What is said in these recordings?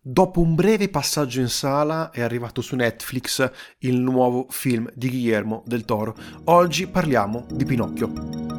Dopo un breve passaggio in sala è arrivato su Netflix il nuovo film di Guillermo del Toro. Oggi parliamo di Pinocchio.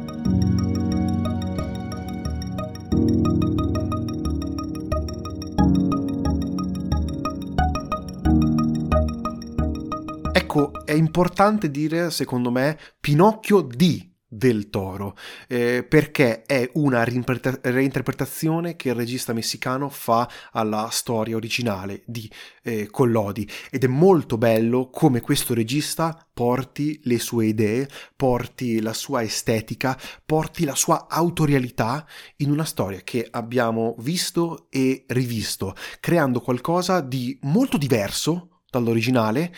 Ecco, è importante dire, secondo me, Pinocchio di del Toro, perché è una reinterpretazione che il regista messicano fa alla storia originale di Collodi, ed è molto bello come questo regista porti le sue idee, porti la sua estetica, porti la sua autorialità in una storia che abbiamo visto e rivisto, creando qualcosa di molto diverso dall'originale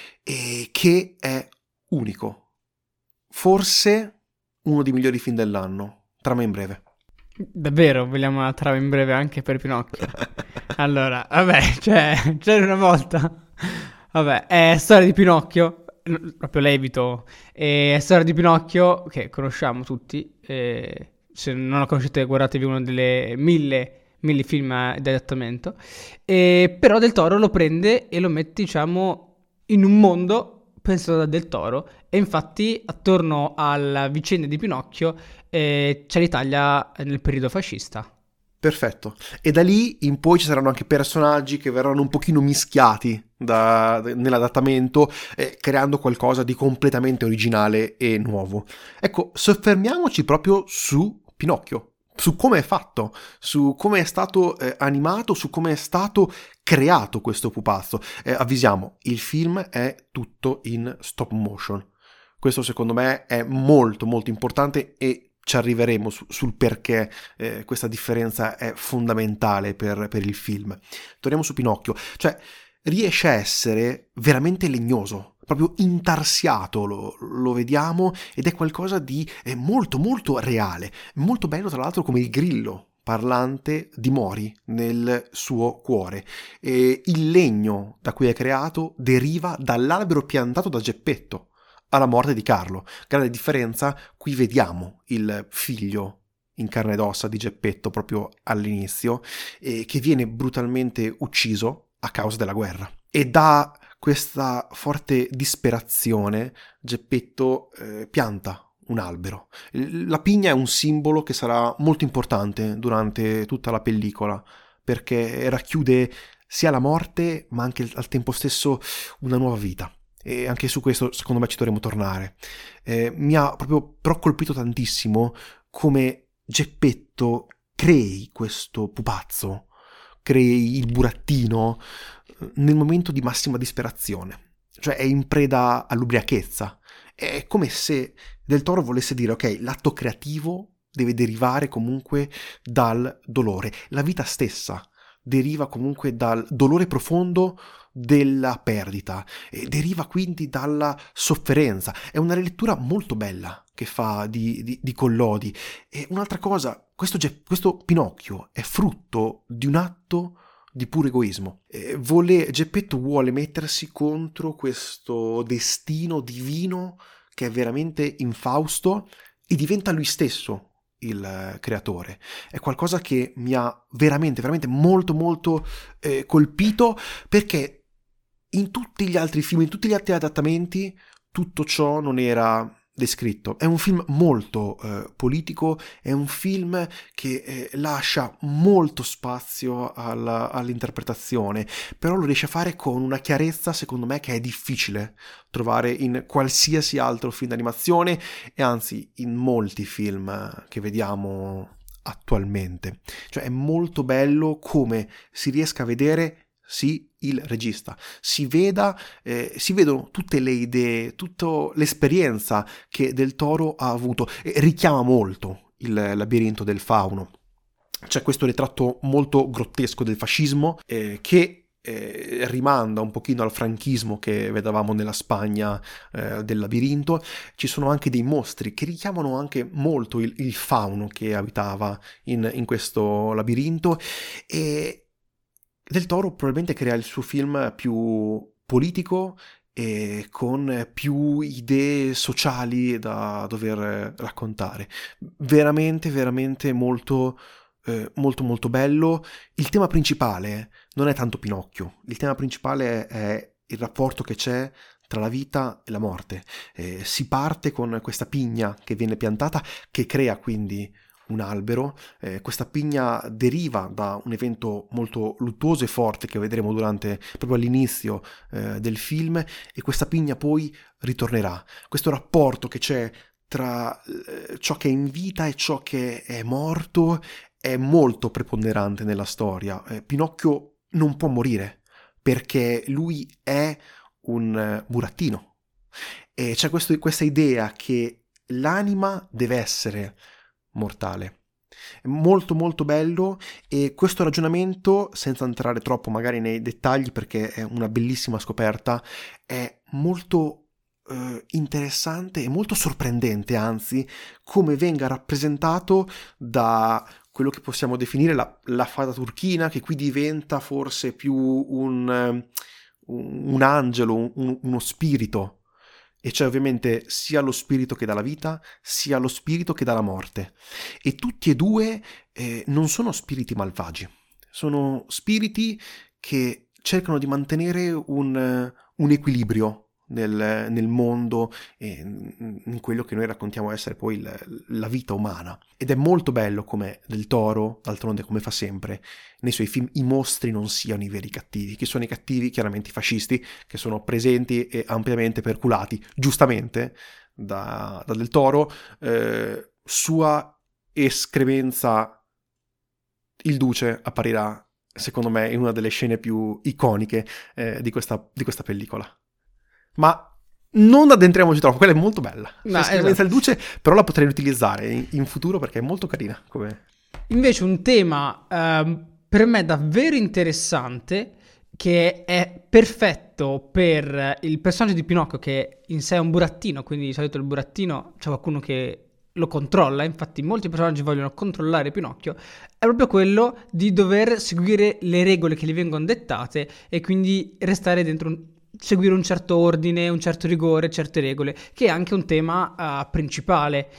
e che è unico. Forse uno dei migliori film dell'anno. Trama in breve. Davvero, vogliamo la trama in breve anche per Pinocchio? Allora, vabbè, c'era una volta. Vabbè, è storia di Pinocchio, proprio l'evito. È storia di Pinocchio che conosciamo tutti. Se non la conoscete, guardatevi uno delle mille film di adattamento. Però Del Toro lo prende e lo mette, diciamo, in un mondo pensato da Del Toro. E infatti, attorno alla vicenda di Pinocchio, c'è l'Italia nel periodo fascista. Perfetto. E da lì in poi ci saranno anche personaggi che verranno un pochino mischiati nell'adattamento, creando qualcosa di completamente originale e nuovo. Ecco, soffermiamoci proprio su Pinocchio, su come è fatto, su come è stato animato, su come è stato creato questo pupazzo. Avvisiamo, il film è tutto in stop motion. Questo secondo me è molto molto importante e ci arriveremo sul perché questa differenza è fondamentale per il film. Torniamo su Pinocchio, cioè riesce a essere veramente legnoso, proprio intarsiato, lo vediamo, ed è qualcosa di molto molto reale, molto bello tra l'altro come il grillo parlante dimori nel suo cuore. E il legno da cui è creato deriva dall'albero piantato da Geppetto alla morte di Carlo. Grande differenza, qui vediamo il figlio in carne ed ossa di Geppetto proprio all'inizio, che viene brutalmente ucciso a causa della guerra. E da questa forte disperazione Geppetto pianta un albero. La pigna è un simbolo che sarà molto importante durante tutta la pellicola, perché racchiude sia la morte ma anche al tempo stesso una nuova vita. E anche su questo secondo me ci dovremo tornare. Mi ha proprio però colpito tantissimo come Geppetto crei questo pupazzo, crei il burattino nel momento di massima disperazione, cioè è in preda all'ubriachezza. È come se Del Toro volesse dire: ok, l'atto creativo deve derivare comunque dal dolore, la vita stessa deriva comunque dal dolore profondo della perdita, e deriva quindi dalla sofferenza. È una rilettura molto bella che fa di Collodi. E un'altra cosa, questo Pinocchio è frutto di un atto di puro egoismo. Geppetto vuole mettersi contro questo destino divino che è veramente infausto e diventa lui stesso il creatore. È qualcosa che mi ha veramente, veramente molto, molto colpito, perché in tutti gli altri film, in tutti gli altri adattamenti, tutto ciò non era descritto. È un film molto politico, è un film che lascia molto spazio all'interpretazione, però lo riesce a fare con una chiarezza, secondo me, che è difficile trovare in qualsiasi altro film d'animazione, e anzi in molti film che vediamo attualmente. Cioè è molto bello come si riesca a vedere, sì, il regista, si vedono tutte le idee, tutta l'esperienza che Del Toro ha avuto, e richiama molto il labirinto del fauno. C'è questo ritratto molto grottesco del fascismo che rimanda un pochino al franchismo che vedevamo nella Spagna del labirinto. Ci sono anche dei mostri che richiamano anche molto il fauno che abitava in questo labirinto, e Del Toro probabilmente crea il suo film più politico e con più idee sociali da dover raccontare. Veramente, veramente molto molto molto bello. Il tema principale non è tanto Pinocchio, il tema principale è il rapporto che c'è tra la vita e la morte. Si parte con questa pigna che viene piantata, che crea quindi un albero. Questa pigna deriva da un evento molto luttuoso e forte che vedremo proprio all'inizio del film, e questa pigna poi ritornerà. Questo rapporto che c'è tra ciò che è in vita e ciò che è morto è molto preponderante nella storia. Pinocchio non può morire perché lui è un burattino, e c'è questa idea che l'anima deve essere mortale. È molto molto bello, e questo ragionamento, senza entrare troppo magari nei dettagli perché è una bellissima scoperta, è molto interessante e molto sorprendente, anzi, come venga rappresentato da quello che possiamo definire la fata turchina, che qui diventa forse più un angelo, uno spirito. E c'è ovviamente sia lo spirito che dà la vita, sia lo spirito che dà la morte. E tutti e due non sono spiriti malvagi, sono spiriti che cercano di mantenere un equilibrio nel mondo e in quello che noi raccontiamo essere poi la vita umana. Ed è molto bello come Del Toro, d'altronde come fa sempre, nei suoi film i mostri non siano i veri cattivi. Chi sono i cattivi? Chiaramente i fascisti, che sono presenti e ampiamente perculati, giustamente, da Del Toro. Sua escremenza, il Duce, apparirà, secondo me, in una delle scene più iconiche di questa pellicola. Ma non addentriamoci troppo, quella è molto bella. L'escremenza del Duce, però la potrei utilizzare in futuro perché è molto carina. Invece un tema per me davvero interessante, che è perfetto per il personaggio di Pinocchio, che in sé è un burattino, quindi di solito il burattino c'è qualcuno che lo controlla, infatti molti personaggi vogliono controllare Pinocchio, è proprio quello di dover seguire le regole che gli vengono dettate e quindi restare dentro seguire un certo ordine, un certo rigore, certe regole, che è anche un tema principale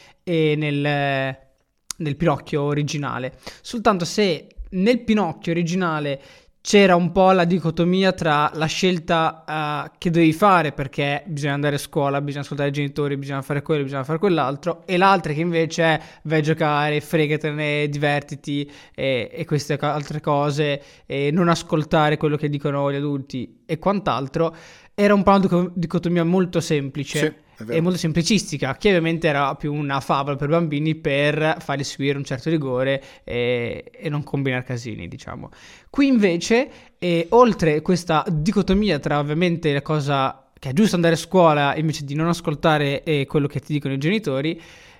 nel Pinocchio originale. Soltanto se nel Pinocchio originale c'era un po' la dicotomia tra la scelta che devi fare, perché bisogna andare a scuola, bisogna ascoltare i genitori, bisogna fare quello, bisogna fare quell'altro, e l'altra che invece è vai a giocare, fregatene, divertiti e queste altre cose, e non ascoltare quello che dicono gli adulti e quant'altro. Era un po' una dicotomia molto semplice. Sì. E molto semplicistica, che ovviamente era più una favola per bambini per fargli seguire un certo rigore e non combinare casini, diciamo. Qui invece, oltre questa dicotomia tra ovviamente la cosa che è giusto andare a scuola invece di non ascoltare quello che ti dicono i genitori,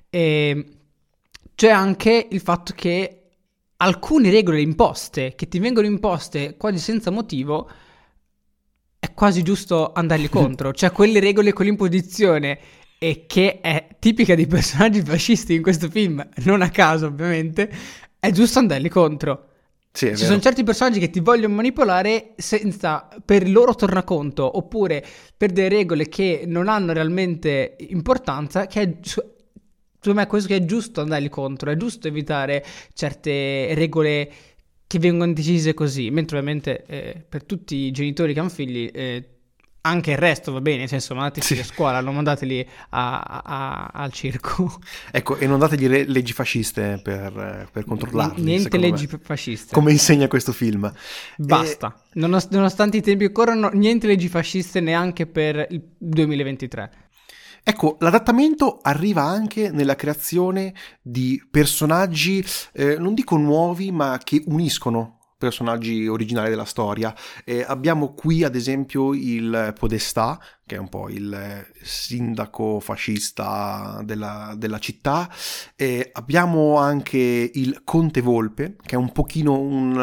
c'è anche il fatto che alcune regole imposte, che ti vengono imposte quasi senza motivo, è quasi giusto andargli contro. Cioè quelle regole con l'imposizione, e che è tipica dei personaggi fascisti in questo film, non a caso ovviamente, è giusto andargli contro. Sì, ci sono certi personaggi che ti vogliono manipolare senza, per il loro tornaconto, oppure per delle regole che non hanno realmente importanza, che è, secondo me, questo che è giusto andargli contro, è giusto evitare certe regole che vengono decise così, mentre ovviamente per tutti i genitori che hanno figli anche il resto va bene, nel senso, mandateli a scuola, non mandateli al circo. Ecco, e non dategli leggi fasciste per controllarli. Niente leggi fasciste. Come insegna questo film. Basta. Nonostante i tempi che corrono, niente leggi fasciste neanche per il 2023. Ecco, l'adattamento arriva anche nella creazione di personaggi, non dico nuovi, ma che uniscono personaggi originali della storia. Abbiamo qui ad esempio il Podestà, che è un po' il sindaco fascista della città. Abbiamo anche il Conte Volpe, che è un pochino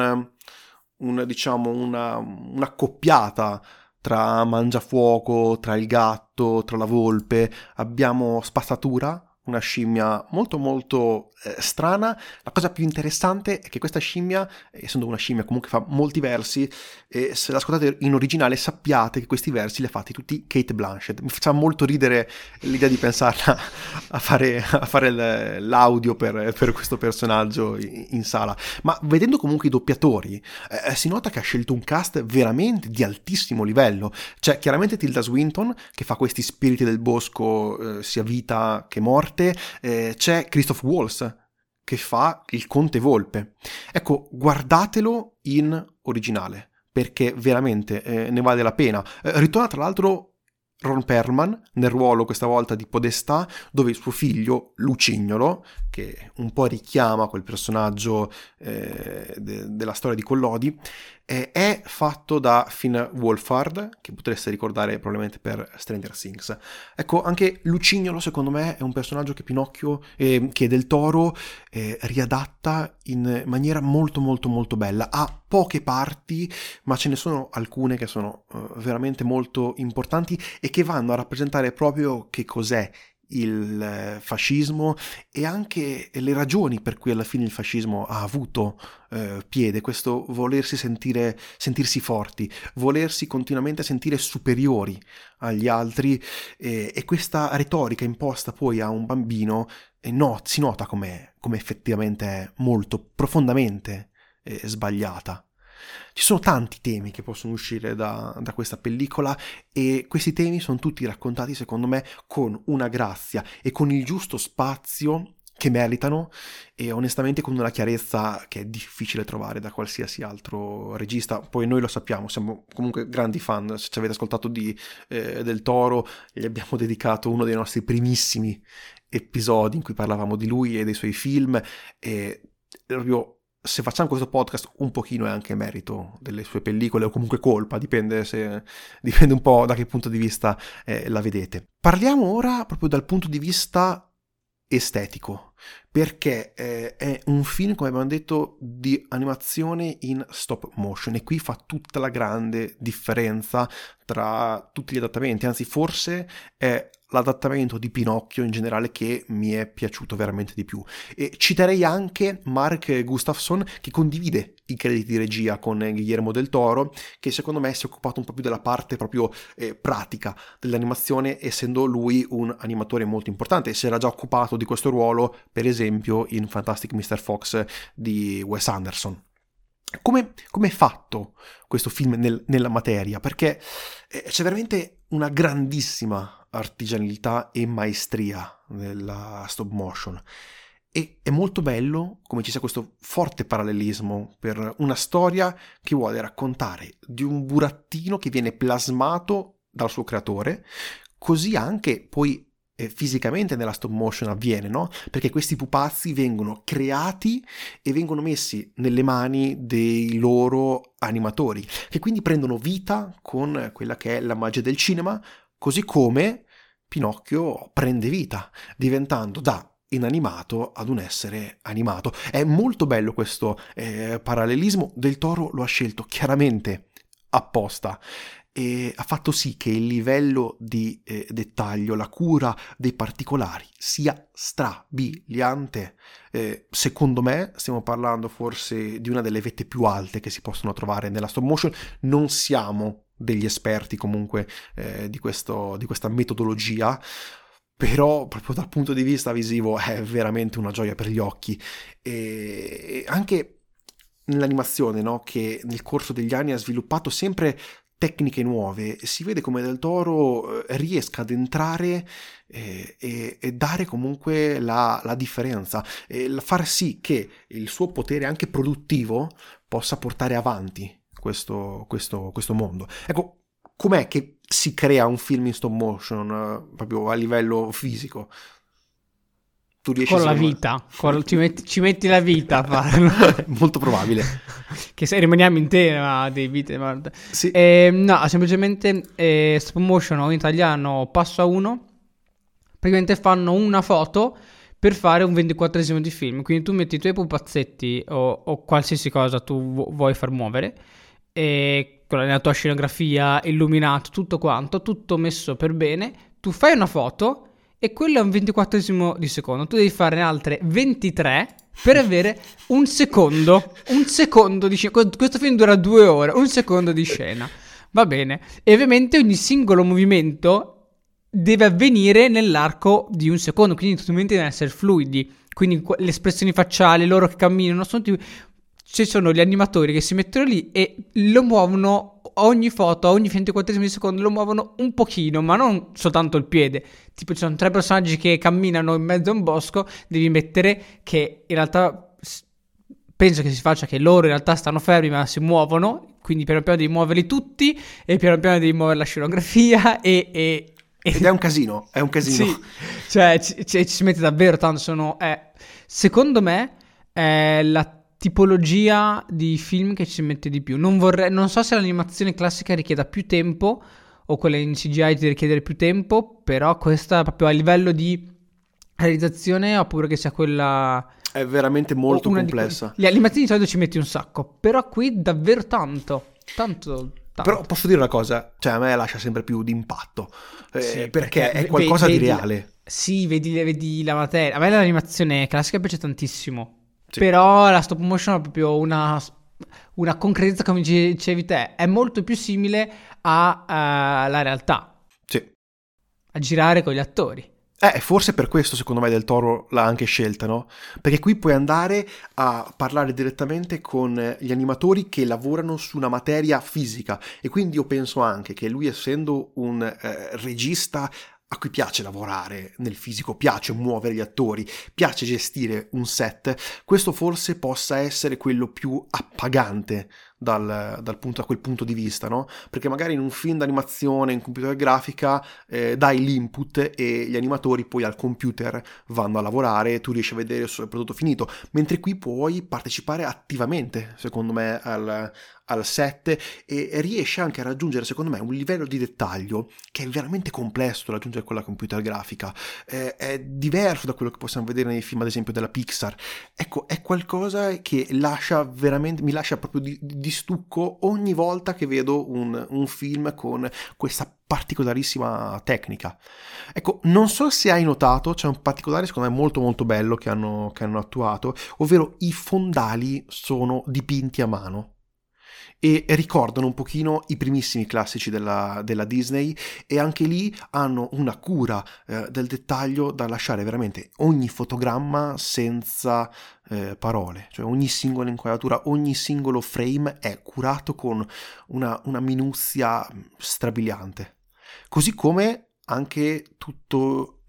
un'accoppiata tra Mangiafuoco, tra il gatto, tra la volpe. Abbiamo Spazzatura, una scimmia molto molto strana. La cosa più interessante è che questa scimmia, essendo una scimmia comunque fa molti versi, se l'ascoltate in originale sappiate che questi versi li ha fatti tutti Cate Blanchett. Mi faceva molto ridere l'idea di pensarla a fare l'audio per questo personaggio in sala, ma vedendo comunque i doppiatori si nota che ha scelto un cast veramente di altissimo livello. C'è chiaramente Tilda Swinton che fa questi spiriti del bosco sia vita che morte, c'è Christoph Waltz che fa il Conte Volpe. Ecco, guardatelo in originale perché veramente ne vale la pena. Ritorna tra l'altro Ron Perlman nel ruolo questa volta di Podestà, dove il suo figlio Lucignolo, che un po' richiama quel personaggio della storia di Collodi, è fatto da Finn Wolfhard, che potreste ricordare probabilmente per Stranger Things. Ecco, anche Lucignolo secondo me è un personaggio che Pinocchio, che Del Toro riadatta in maniera molto molto molto bella. Ha poche parti, ma ce ne sono alcune che sono veramente molto importanti e che vanno a rappresentare proprio che cos'è il fascismo e anche le ragioni per cui alla fine il fascismo ha avuto piede, questo volersi sentirsi forti, volersi continuamente sentire superiori agli altri e questa retorica imposta poi a un bambino si nota come effettivamente è molto profondamente sbagliata. Ci sono tanti temi che possono uscire da questa pellicola e questi temi sono tutti raccontati secondo me con una grazia e con il giusto spazio che meritano e onestamente con una chiarezza che è difficile trovare da qualsiasi altro regista. Poi noi lo sappiamo, siamo comunque grandi fan, se ci avete ascoltato Del Toro gli abbiamo dedicato uno dei nostri primissimi episodi in cui parlavamo di lui e dei suoi film e proprio se facciamo questo podcast un pochino è anche merito delle sue pellicole o comunque colpa, dipende un po' da che punto di vista la vedete. Parliamo ora proprio dal punto di vista estetico, perché è un film, come abbiamo detto, di animazione in stop motion e qui fa tutta la grande differenza tra tutti gli adattamenti, anzi forse è l'adattamento di Pinocchio in generale che mi è piaciuto veramente di più. E citerei anche Mark Gustafson che condivide i crediti di regia con Guillermo del Toro, che secondo me si è occupato un po' più della parte proprio pratica dell'animazione, essendo lui un animatore molto importante. Si era già occupato di questo ruolo per esempio in Fantastic Mr. Fox di Wes Anderson. Come è fatto questo film nella materia? Perché c'è veramente una grandissima artigianalità e maestria nella stop motion e è molto bello come ci sia questo forte parallelismo per una storia che vuole raccontare di un burattino che viene plasmato dal suo creatore, così anche poi fisicamente nella stop motion avviene, no? Perché questi pupazzi vengono creati e vengono messi nelle mani dei loro animatori, che quindi prendono vita con quella che è la magia del cinema, così come Pinocchio prende vita, diventando da inanimato ad un essere animato. È molto bello questo parallelismo. Del Toro lo ha scelto chiaramente apposta e ha fatto sì che il livello di dettaglio, la cura dei particolari sia strabiliante. Secondo me stiamo parlando forse di una delle vette più alte che si possono trovare nella stop motion. Non siamo degli esperti comunque di questa metodologia, però proprio dal punto di vista visivo è veramente una gioia per gli occhi e anche nell'animazione, no? Che nel corso degli anni ha sviluppato sempre tecniche nuove, si vede come Del Toro riesca ad entrare e dare comunque la differenza, far sì che il suo potere anche produttivo possa portare avanti questo mondo. Ecco, com'è che si crea un film in stop motion proprio a livello fisico? Tu riesci con la vita, ci metti la vita a farlo. Molto probabile. Che se rimaniamo in tema dei vite, sì. No, semplicemente stop motion o in italiano passo a uno. Praticamente fanno una foto per fare un 24esimo di film. Quindi tu metti i tuoi pupazzetti o qualsiasi cosa tu vuoi far muovere e con la tua scenografia, illuminato, tutto quanto, tutto messo per bene. Tu fai una foto e quello è un 24esimo di secondo. Tu devi farne altre 23 per avere un secondo di scena. Questo film dura 2 ore, un secondo di scena. Va bene. E ovviamente ogni singolo movimento deve avvenire nell'arco di un secondo, quindi tutti i movimenti devono essere fluidi. Quindi le espressioni facciali, loro che camminano, ci sono gli animatori che si mettono lì e lo muovono ogni foto, ogni 24esimo di secondo lo muovono un pochino, ma non soltanto il piede. Tipo ci sono 3 personaggi che camminano in mezzo a un bosco, devi mettere che in realtà penso che si faccia che loro in realtà stanno fermi ma si muovono, quindi piano piano devi muoverli tutti e piano piano devi muovere la scenografia ed è un casino, è un casino. Sì, cioè ci si mette davvero tanto, secondo me è la tipologia di film che ci mette di più. Non so se l'animazione classica richieda più tempo o quella in CGI ti richiede più tempo, però questa proprio a livello di realizzazione ho paura che sia quella... È veramente molto complessa. Le animazioni di solito ci metti un sacco, però qui davvero tanto. Però posso dire una cosa, cioè a me lascia sempre più d'impatto, sì, perché è qualcosa di reale. Sì, vedi la materia. A me l'animazione classica piace tantissimo. Sì. Però la stop motion è proprio una concretezza, come dicevi te, è molto più simile alla realtà. Sì. A girare con gli attori. Forse per questo secondo me Del Toro l'ha anche scelta, no? Perché qui puoi andare a parlare direttamente con gli animatori che lavorano su una materia fisica e quindi io penso anche che lui, essendo un regista a cui piace lavorare nel fisico, piace muovere gli attori, piace gestire un set, questo forse possa essere quello più appagante da quel punto di vista, no? Perché magari in un film d'animazione in computer grafica dai l'input e gli animatori poi al computer vanno a lavorare e tu riesci a vedere il prodotto finito, mentre qui puoi partecipare attivamente, secondo me, al set e riesce anche a raggiungere, secondo me, un livello di dettaglio che è veramente complesso da raggiungere con la computer grafica, è diverso da quello che possiamo vedere nei film, ad esempio, della Pixar. Ecco, è qualcosa che mi lascia proprio di stucco ogni volta che vedo un film con questa particolarissima tecnica. Ecco, non so se hai notato, c'è un particolare secondo me molto molto bello che hanno attuato, ovvero i fondali sono dipinti a mano e ricordano un pochino i primissimi classici della Disney e anche lì hanno una cura del dettaglio da lasciare veramente ogni fotogramma senza parole, cioè ogni singola inquadratura, ogni singolo frame è curato con una minuzia strabiliante, così come anche tutto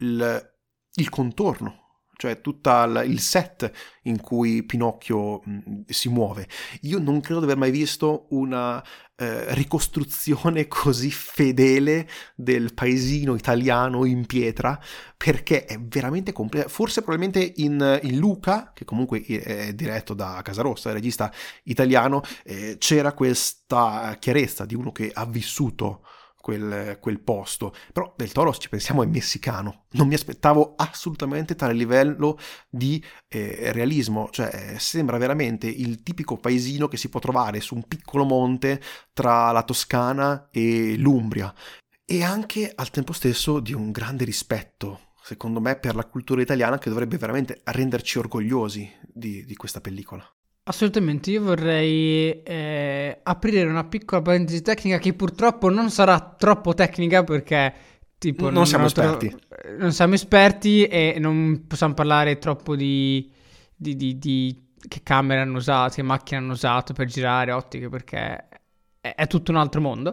il contorno, cioè tutto il set in cui Pinocchio si muove. Io non credo di aver mai visto una ricostruzione così fedele del paesino italiano in pietra, perché è veramente completo. Forse probabilmente in Luca, che comunque è diretto da Casarossa, il regista italiano, c'era questa chiarezza di uno che ha vissuto quel posto, però Del Toro, se ci pensiamo, è messicano. Non mi aspettavo assolutamente tale livello di realismo, cioè sembra veramente il tipico paesino che si può trovare su un piccolo monte tra la Toscana e l'Umbria, e anche al tempo stesso di un grande rispetto, secondo me, per la cultura italiana, che dovrebbe veramente renderci orgogliosi di questa pellicola. Assolutamente, io vorrei aprire una piccola parentesi tecnica che purtroppo non sarà troppo tecnica perché tipo non siamo esperti. Non siamo esperti e non possiamo parlare troppo di che camere hanno usato, che macchine hanno usato per girare, ottiche, perché è tutto un altro mondo.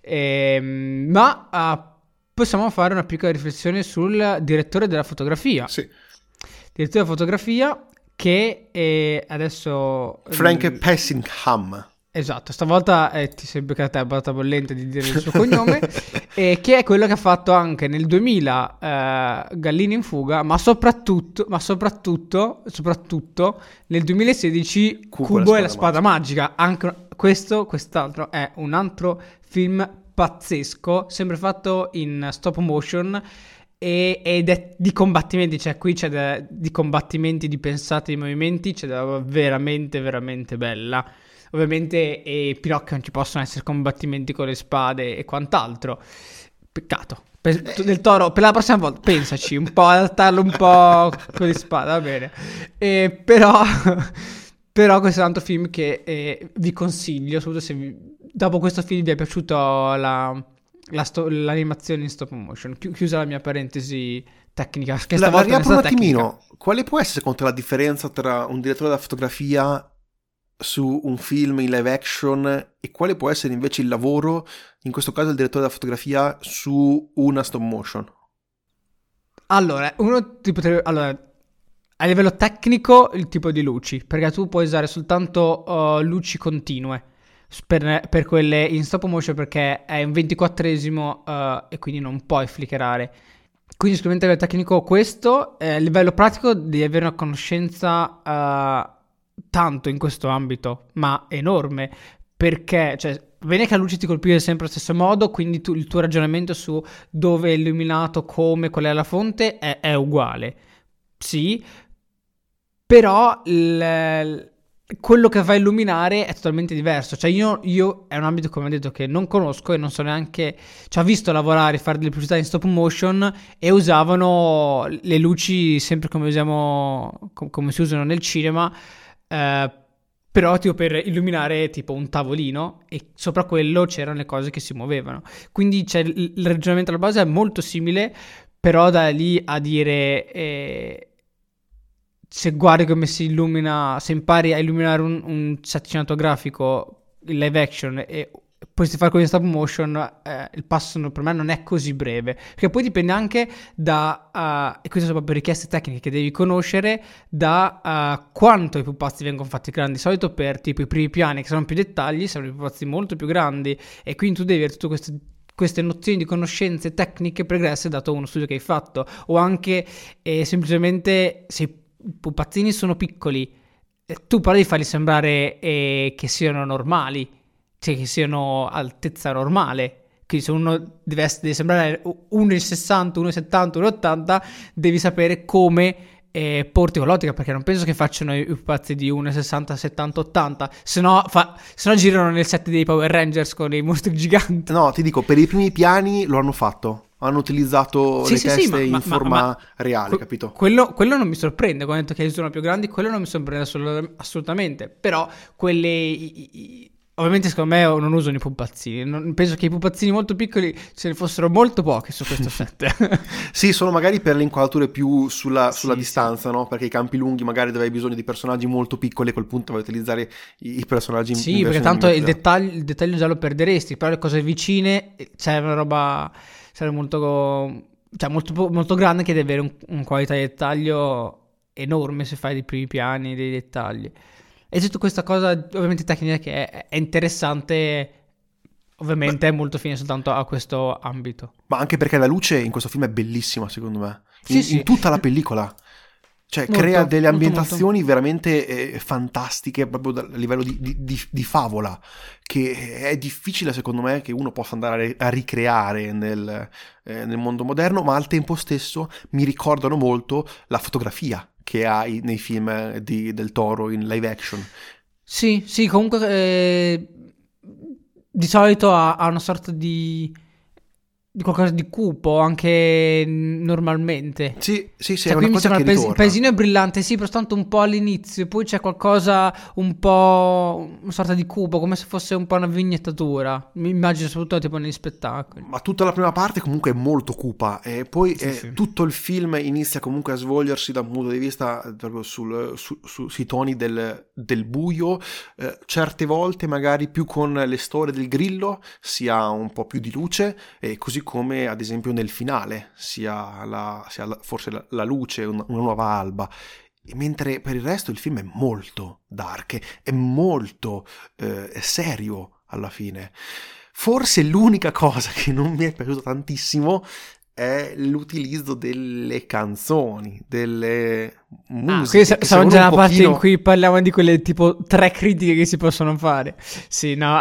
Ma possiamo fare una piccola riflessione sul direttore della fotografia. Sì. Direttore della fotografia che adesso... Frank Passingham. Esatto, stavolta ti sei beccata la batata bollente di dire il suo cognome, che è quello che ha fatto anche nel 2000 Gallini in fuga, ma soprattutto nel 2016 Cubo e la spada magica. Anche quest'altro è un altro film pazzesco, sempre fatto in stop motion, ed è di combattimenti, cioè qui c'è di combattimenti, di pensate, di movimenti, c'è da veramente veramente bella. Ovviamente Pinocchio non ci possono essere combattimenti con le spade e quant'altro. Peccato, Del Toro, per la prossima volta, pensaci un po', adattarlo un po' con le spade, va bene. Però, però questo è un altro film che vi consiglio, soprattutto se dopo questo film vi è piaciuto l'animazione in stop motion. Chiusa la mia parentesi tecnica, che stavolta riapro un attimino. Tecnica. Quale può essere secondo te la differenza tra un direttore della fotografia su un film in live action e quale può essere invece il lavoro, in questo caso il direttore della fotografia, su una stop motion? Allora, a livello tecnico il tipo di luci, perché tu puoi usare soltanto luci continue per quelle in stop motion, perché è un 24esimo e quindi non puoi flickerare. Quindi sicuramente a livello tecnico questo, a livello pratico devi avere una conoscenza tanto in questo ambito, ma enorme, perché cioè bene che la luce ti colpisce sempre allo stesso modo, quindi il tuo ragionamento su dove è illuminato, come, qual è la fonte è uguale, sì, però quello che va a illuminare è totalmente diverso. Cioè io è un ambito, come ho detto, che non conosco e non so neanche, cioè ho visto lavorare, fare delle pubblicità in stop motion e usavano le luci sempre come usiamo, come si usano nel cinema, però tipo per illuminare tipo un tavolino, e sopra quello c'erano le cose che si muovevano. Quindi il ragionamento alla base è molto simile, però da lì a dire se guardi come si illumina, se impari a illuminare un set cinematografico in live action e poi si fa con in stop motion, il passo per me non è così breve, perché poi dipende anche da e queste sono proprio richieste tecniche che devi conoscere, da quanto i pupazzi vengono fatti grandi. Di solito per tipo i primi piani, che sono più dettagli, sono i pupazzi molto più grandi, e quindi tu devi avere tutte queste nozioni di conoscenze tecniche pregresse dato uno studio che hai fatto, o anche semplicemente se i pupazzini sono piccoli, tu però devi farli sembrare che siano normali, cioè che siano altezza normale. Quindi se uno deve sembrare 1,60, 1,70, 1,80, devi sapere come porti con l'ottica, perché non penso che facciano i pupazzi di 1,60, 70, 80, se no girano nel set dei Power Rangers con i mostri giganti. No, ti dico, per i primi piani lo hanno fatto. Hanno utilizzato le teste in forma reale, capito? Quello non mi sorprende, quando ho detto che sono più grandi, quello non mi sorprende assolutamente. Però quelle ovviamente secondo me non usano i pupazzini. Penso che i pupazzini molto piccoli ce ne fossero molto pochi su questo set. Sì, sono magari per le inquadrature più sulla distanza, sì. No? Perché i campi lunghi magari dove hai bisogno di personaggi molto piccoli, a quel punto vai a utilizzare i personaggi sì, perché tanto il dettaglio già lo perderesti, però le cose vicine c'è una roba, sarebbe molto grande, che deve avere un qualità di dettaglio enorme se fai dei primi piani, dei dettagli. E tutta questa cosa ovviamente tecnica che è interessante, ovviamente è molto fine soltanto a questo ambito. Ma anche perché la luce in questo film è bellissima, secondo me. In tutta la pellicola. Cioè crea delle ambientazioni veramente fantastiche, proprio a livello di favola, che è difficile secondo me che uno possa andare a ricreare nel mondo moderno, ma al tempo stesso mi ricordano molto la fotografia che hai nei film del Toro in live action. Sì, comunque di solito ha una sorta di qualcosa di cupo anche normalmente. Sì, cioè, è una cosa che ritorna. Il paesino è brillante, sì, però tanto un po' all'inizio, poi c'è qualcosa un po' una sorta di cupo, come se fosse un po' una vignettatura. Mi immagino soprattutto tipo negli spettacoli. Ma tutta la prima parte comunque è molto cupa, e poi tutto il film inizia comunque a svolgersi da un punto di vista proprio sui toni del buio, certe volte magari più con le storie del grillo si ha un po' più di luce, e così come ad esempio nel finale si ha forse la luce, una nuova alba, mentre per il resto il film è molto dark, è molto serio alla fine. Forse l'unica cosa che non mi è piaciuta tantissimo è l'utilizzo delle canzoni, delle musiche. Siamo già nella parte in cui parliamo di quelle tipo 3 critiche che si possono fare. Sì, no,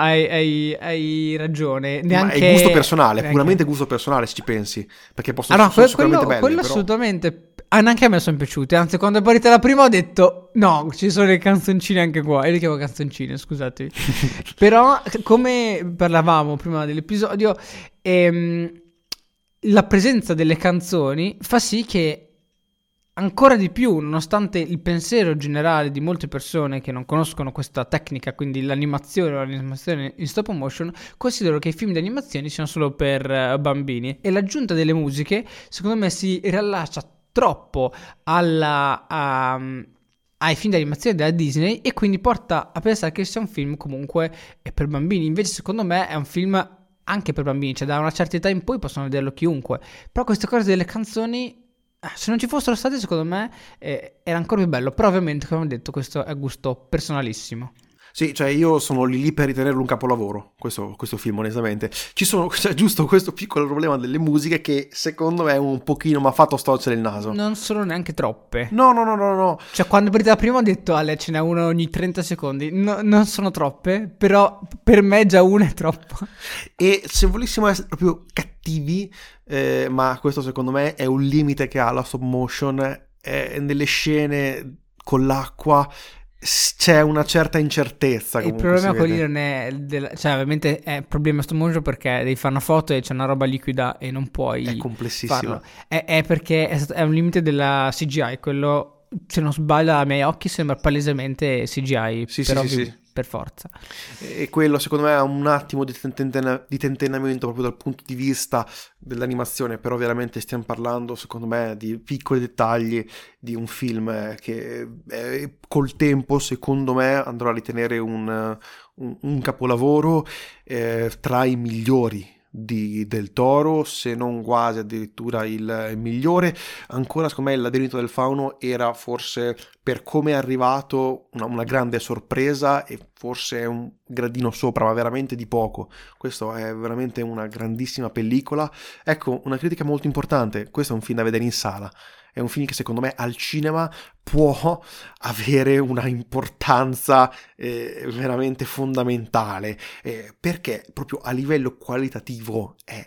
hai ragione. Ma è gusto personale, puramente gusto personale, se ci pensi, perché possono essere sicuramente belle. Quello però... assolutamente. Neanche a me sono piaciute. Anzi, quando è partita la prima ho detto no, ci sono le canzoncine anche qua. E le chiamo canzoncine, scusatevi. Però, come parlavamo prima dell'episodio, la presenza delle canzoni fa sì che ancora di più, nonostante il pensiero generale di molte persone che non conoscono questa tecnica, quindi l'animazione o l'animazione in stop motion, considero che i film di animazione siano solo per bambini, e l'aggiunta delle musiche secondo me si riallaccia troppo ai film di animazione della Disney, e quindi porta a pensare che sia un film comunque per bambini. Invece secondo me è un film anche per bambini, cioè da una certa età in poi possono vederlo chiunque. Però queste cose delle canzoni, se non ci fossero state, secondo me era ancora più bello. Però ovviamente, come ho detto, questo è gusto personalissimo. Sì, cioè io sono lì per ritenerlo un capolavoro, questo film onestamente. Ci sono, cioè, giusto questo piccolo problema delle musiche che secondo me un pochino mi ha fatto storcere il naso. Non sono neanche troppe. No. Cioè, quando per la prima ho detto, Ale, ce n'è una ogni 30 secondi. No, non sono troppe, però per me già una è troppo. E se volessimo essere proprio cattivi, ma questo secondo me è un limite che ha la stop motion, nelle scene con l'acqua c'è una certa incertezza. Il problema con lì non è cioè ovviamente è problema stop motion, perché devi fare una foto e c'è una roba liquida e non puoi è complessissimo farlo. È perché è un limite della CGI. Quello, se non sbaglio, ai miei occhi sembra palesemente CGI. Però sì. Per forza. E quello secondo me è un attimo di tentennamento proprio dal punto di vista dell'animazione, però veramente stiamo parlando secondo me di piccoli dettagli di un film che col tempo secondo me andrà a ritenere un capolavoro, tra i migliori di Del Toro, se non quasi addirittura il migliore. Ancora secondo me Il labirinto del fauno era forse, per come è arrivato, una grande sorpresa, e forse è un gradino sopra, ma veramente di poco. Questo è veramente una grandissima pellicola. Ecco, una critica molto importante: questo è un film da vedere in sala. È un film che secondo me al cinema può avere una importanza veramente fondamentale, perché proprio a livello qualitativo è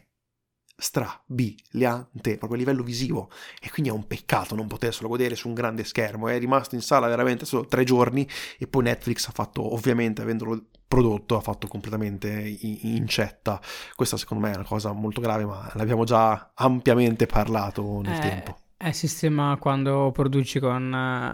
strabiliante, proprio a livello visivo, e quindi è un peccato non poterselo godere su un grande schermo. È rimasto in sala veramente solo 3 giorni, e poi Netflix ha fatto, ovviamente avendolo prodotto, ha fatto completamente incetta. Questa secondo me è una cosa molto grave, ma l'abbiamo già ampiamente parlato nel tempo. È sistema quando produci con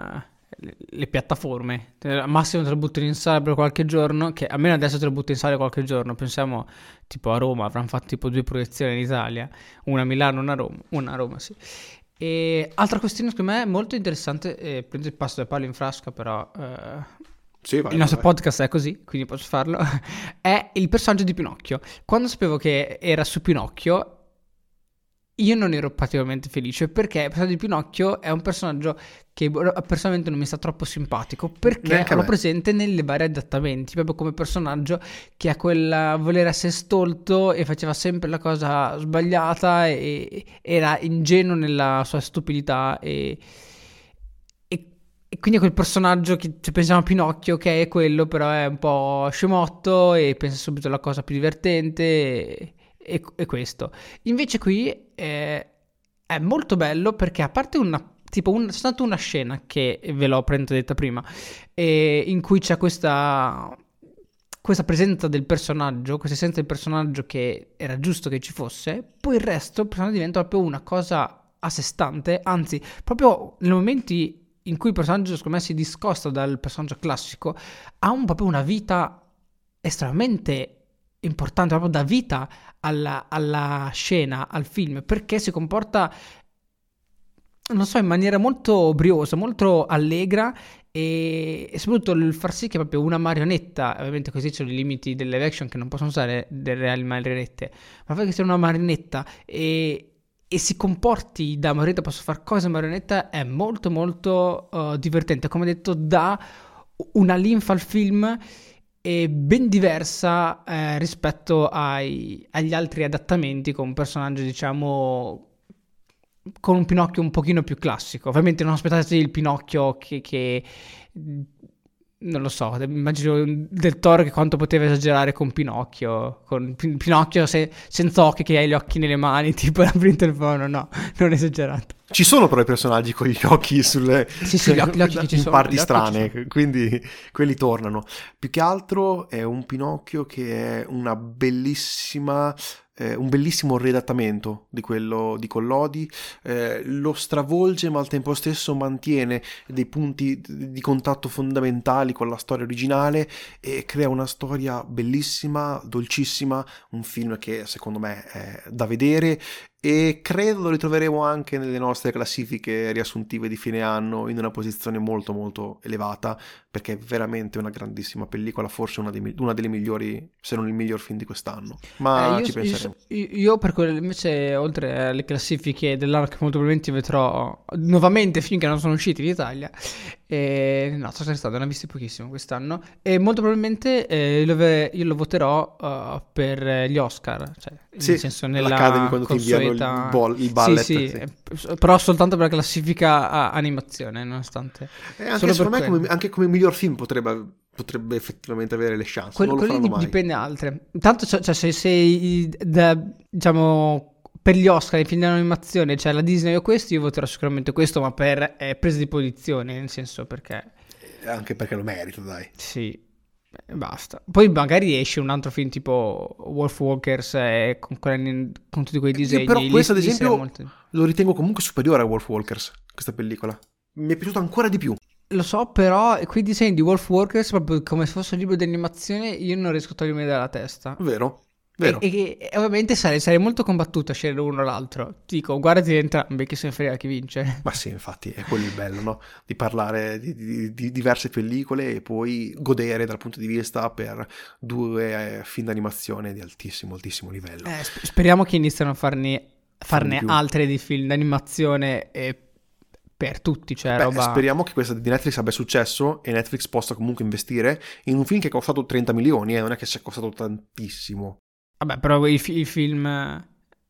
le piattaforme. Al massimo te lo buttano in sala per qualche giorno, che almeno adesso te lo buttano in sala qualche giorno. Pensiamo tipo a Roma, avranno fatto tipo 2 proiezioni in Italia, una a Milano, una a Roma, sì. E altra questione secondo me molto interessante, prendo il passo da palo in frasca, però Sì, vai, il nostro vai. podcast è così, quindi posso farlo. È il personaggio di Pinocchio. Quando sapevo che era su Pinocchio, io non ero particolarmente felice, perché il personaggio di Pinocchio è un personaggio che personalmente non mi sta troppo simpatico, perché l'ho presente nelle vari adattamenti, proprio come personaggio che ha quel voler essere stolto e faceva sempre la cosa sbagliata e era ingenuo nella sua stupidità, e quindi è quel personaggio che, se pensiamo a Pinocchio, che è quello, però è un po' scemotto e pensa subito alla cosa più divertente, e questo. Invece qui è molto bello, perché a parte c'è stata una scena che ve l'ho detta prima, in cui c'è questa presenza del personaggio, questa essenza del personaggio che era giusto che ci fosse. Poi il resto, il personaggio diventa proprio una cosa a sé stante, anzi proprio nei momenti in cui il personaggio secondo me si discosta dal personaggio classico, ha proprio una vita estremamente importante, proprio da vita alla scena, al film, perché si comporta, non so, in maniera molto briosa, molto allegra, e soprattutto il far sì che proprio una marionetta, ovviamente così c'è i limiti delle live action che non possono usare delle reali marionette, ma fai che sia una marionetta e si comporti da marionetta, posso fare cose da marionetta, è molto molto divertente. Come detto, dà una linfa al film e ben diversa rispetto agli altri adattamenti con personaggi, diciamo, con un Pinocchio un pochino più classico. Ovviamente non aspettate il Pinocchio che non lo so, immagino Del Toro che quanto poteva esagerare con Pinocchio, Pinocchio senza occhi, che hai gli occhi nelle mani, tipo la print del fono. No, non esagerato. Ci sono però i personaggi con gli occhi sulle Sì, gli occhi che ci in sono, parti gli occhi ci strane, quindi quelli tornano. Più che altro è un Pinocchio che è una bellissima un bellissimo riadattamento di quello di Collodi, lo stravolge ma al tempo stesso mantiene dei punti di contatto fondamentali con la storia originale e crea una storia bellissima, dolcissima, un film che secondo me è da vedere e credo lo ritroveremo anche nelle nostre classifiche riassuntive di fine anno in una posizione molto molto elevata, perché è veramente una grandissima pellicola, forse una delle migliori, se non il miglior film di quest'anno, ma ci penseremo. Io per quello invece, oltre alle classifiche dell'anno che molto probabilmente vedrò nuovamente finché non sono usciti in Italia, no, sto scherzando, ne ho visti pochissimo quest'anno, e molto probabilmente io lo voterò per gli Oscar, cioè, sì, nel senso nella l'Academy quando consueta... ti inviano il ballet. Sì, però soltanto per la classifica a animazione, nonostante... Anche secondo me anche come miglior film potrebbe effettivamente avere le chance. Non lo faranno mai. Dipende da altre. Tanto cioè, se sei diciamo per gli Oscar i film di animazione, cioè la Disney o questo, io voterò sicuramente questo, ma per presa di posizione, nel senso perché anche perché lo merito, dai. Sì. Basta. Poi magari esce un altro film tipo Wolf Walkers con tutti quei disegni. Però questo ad esempio molto... lo ritengo comunque superiore a Wolf Walkers, questa pellicola. Mi è piaciuto ancora di più. Lo so, però quei disegni di Wolf Walkers, proprio come se fosse un libro di animazione, io non riesco a togliermi dalla testa. Vero. E ovviamente sarei molto combattuto a scegliere uno o l'altro. Dico, guardati entrambi, che se ne frega chi vince. Ma sì, infatti, è quello il bello, no? Di parlare di diverse pellicole e poi godere dal punto di vista per due film d'animazione di altissimo, altissimo livello. Speriamo che iniziano a farne altre di film d'animazione per tutti, cioè roba... Speriamo che questa di Netflix abbia successo e Netflix possa comunque investire in un film che è costato 30 milioni, non è che sia costato tantissimo. Vabbè, però i film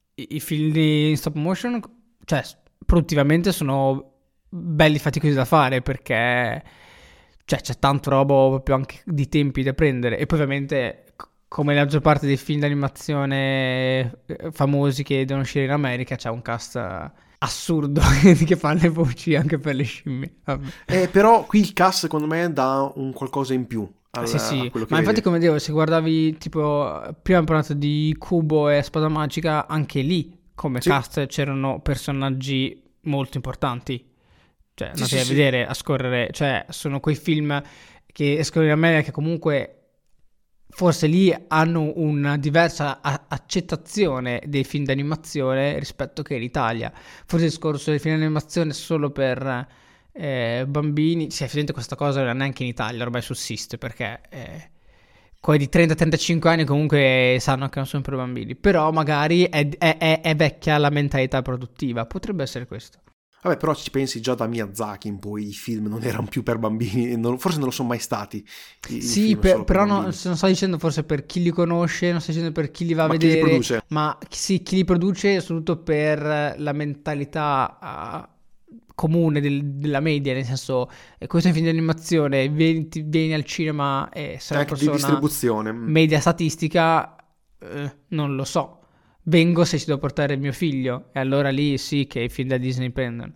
di stop motion, cioè, produttivamente sono belli faticosi da fare perché cioè, c'è tanto roba proprio anche di tempi da prendere. E poi ovviamente, come la maggior parte dei film d'animazione famosi che devono uscire in America, c'è un cast assurdo che fa le voci anche per le scimmie. Però qui il cast secondo me dà un qualcosa in più. Sì, ma infatti come dicevo, se guardavi tipo prima abbiamo parlato di Kubo e Spada Magica, anche lì come cast c'erano personaggi molto importanti, cioè andate a vedere, a scorrere, cioè sono quei film che escono in America che comunque forse lì hanno una diversa accettazione dei film d'animazione rispetto che in Italia. Forse il discorso dei film d'animazione solo per bambini, sì, effettivamente questa cosa non è neanche in Italia, ormai sussiste perché quelli di 30-35 anni comunque sanno che non sono per bambini, però magari è vecchia la mentalità produttiva, potrebbe essere questo. Vabbè, però ci pensi già da Miyazaki in poi i film non erano più per bambini, forse non lo sono mai stati. Sì, però non sto dicendo forse per chi li conosce, non sto dicendo per chi li va a vedere, chi li produce. Ma sì, chi li produce soprattutto per la mentalità comune della media, nel senso questo è un film di animazione, vieni al cinema e sei una persona di distribuzione media statistica, non lo so, vengo se ci devo portare il mio figlio e allora lì sì che i film da Disney prendono.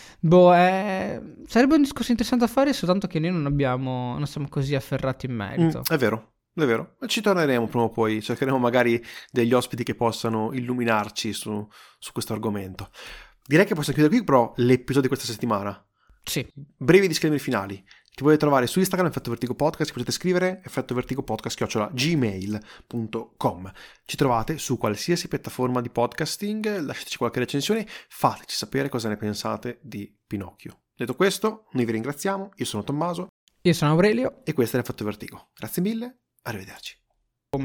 Sarebbe un discorso interessante da fare, soltanto che noi non siamo così afferrati in merito. È vero, ci torneremo prima o poi, cercheremo magari degli ospiti che possano illuminarci su questo argomento. Direi che possiamo chiudere qui però l'episodio di questa settimana. Sì. Brevi disclaimer finali. Ti potete trovare su Instagram Effetto Vertigo Podcast, ci potete scrivere effettovertigopodcast@gmail.com. Ci trovate su qualsiasi piattaforma di podcasting, lasciateci qualche recensione, fateci sapere cosa ne pensate di Pinocchio. Detto questo, noi vi ringraziamo, io sono Tommaso. Io sono Aurelio. E questo è l'Effetto Vertigo. Grazie mille, arrivederci.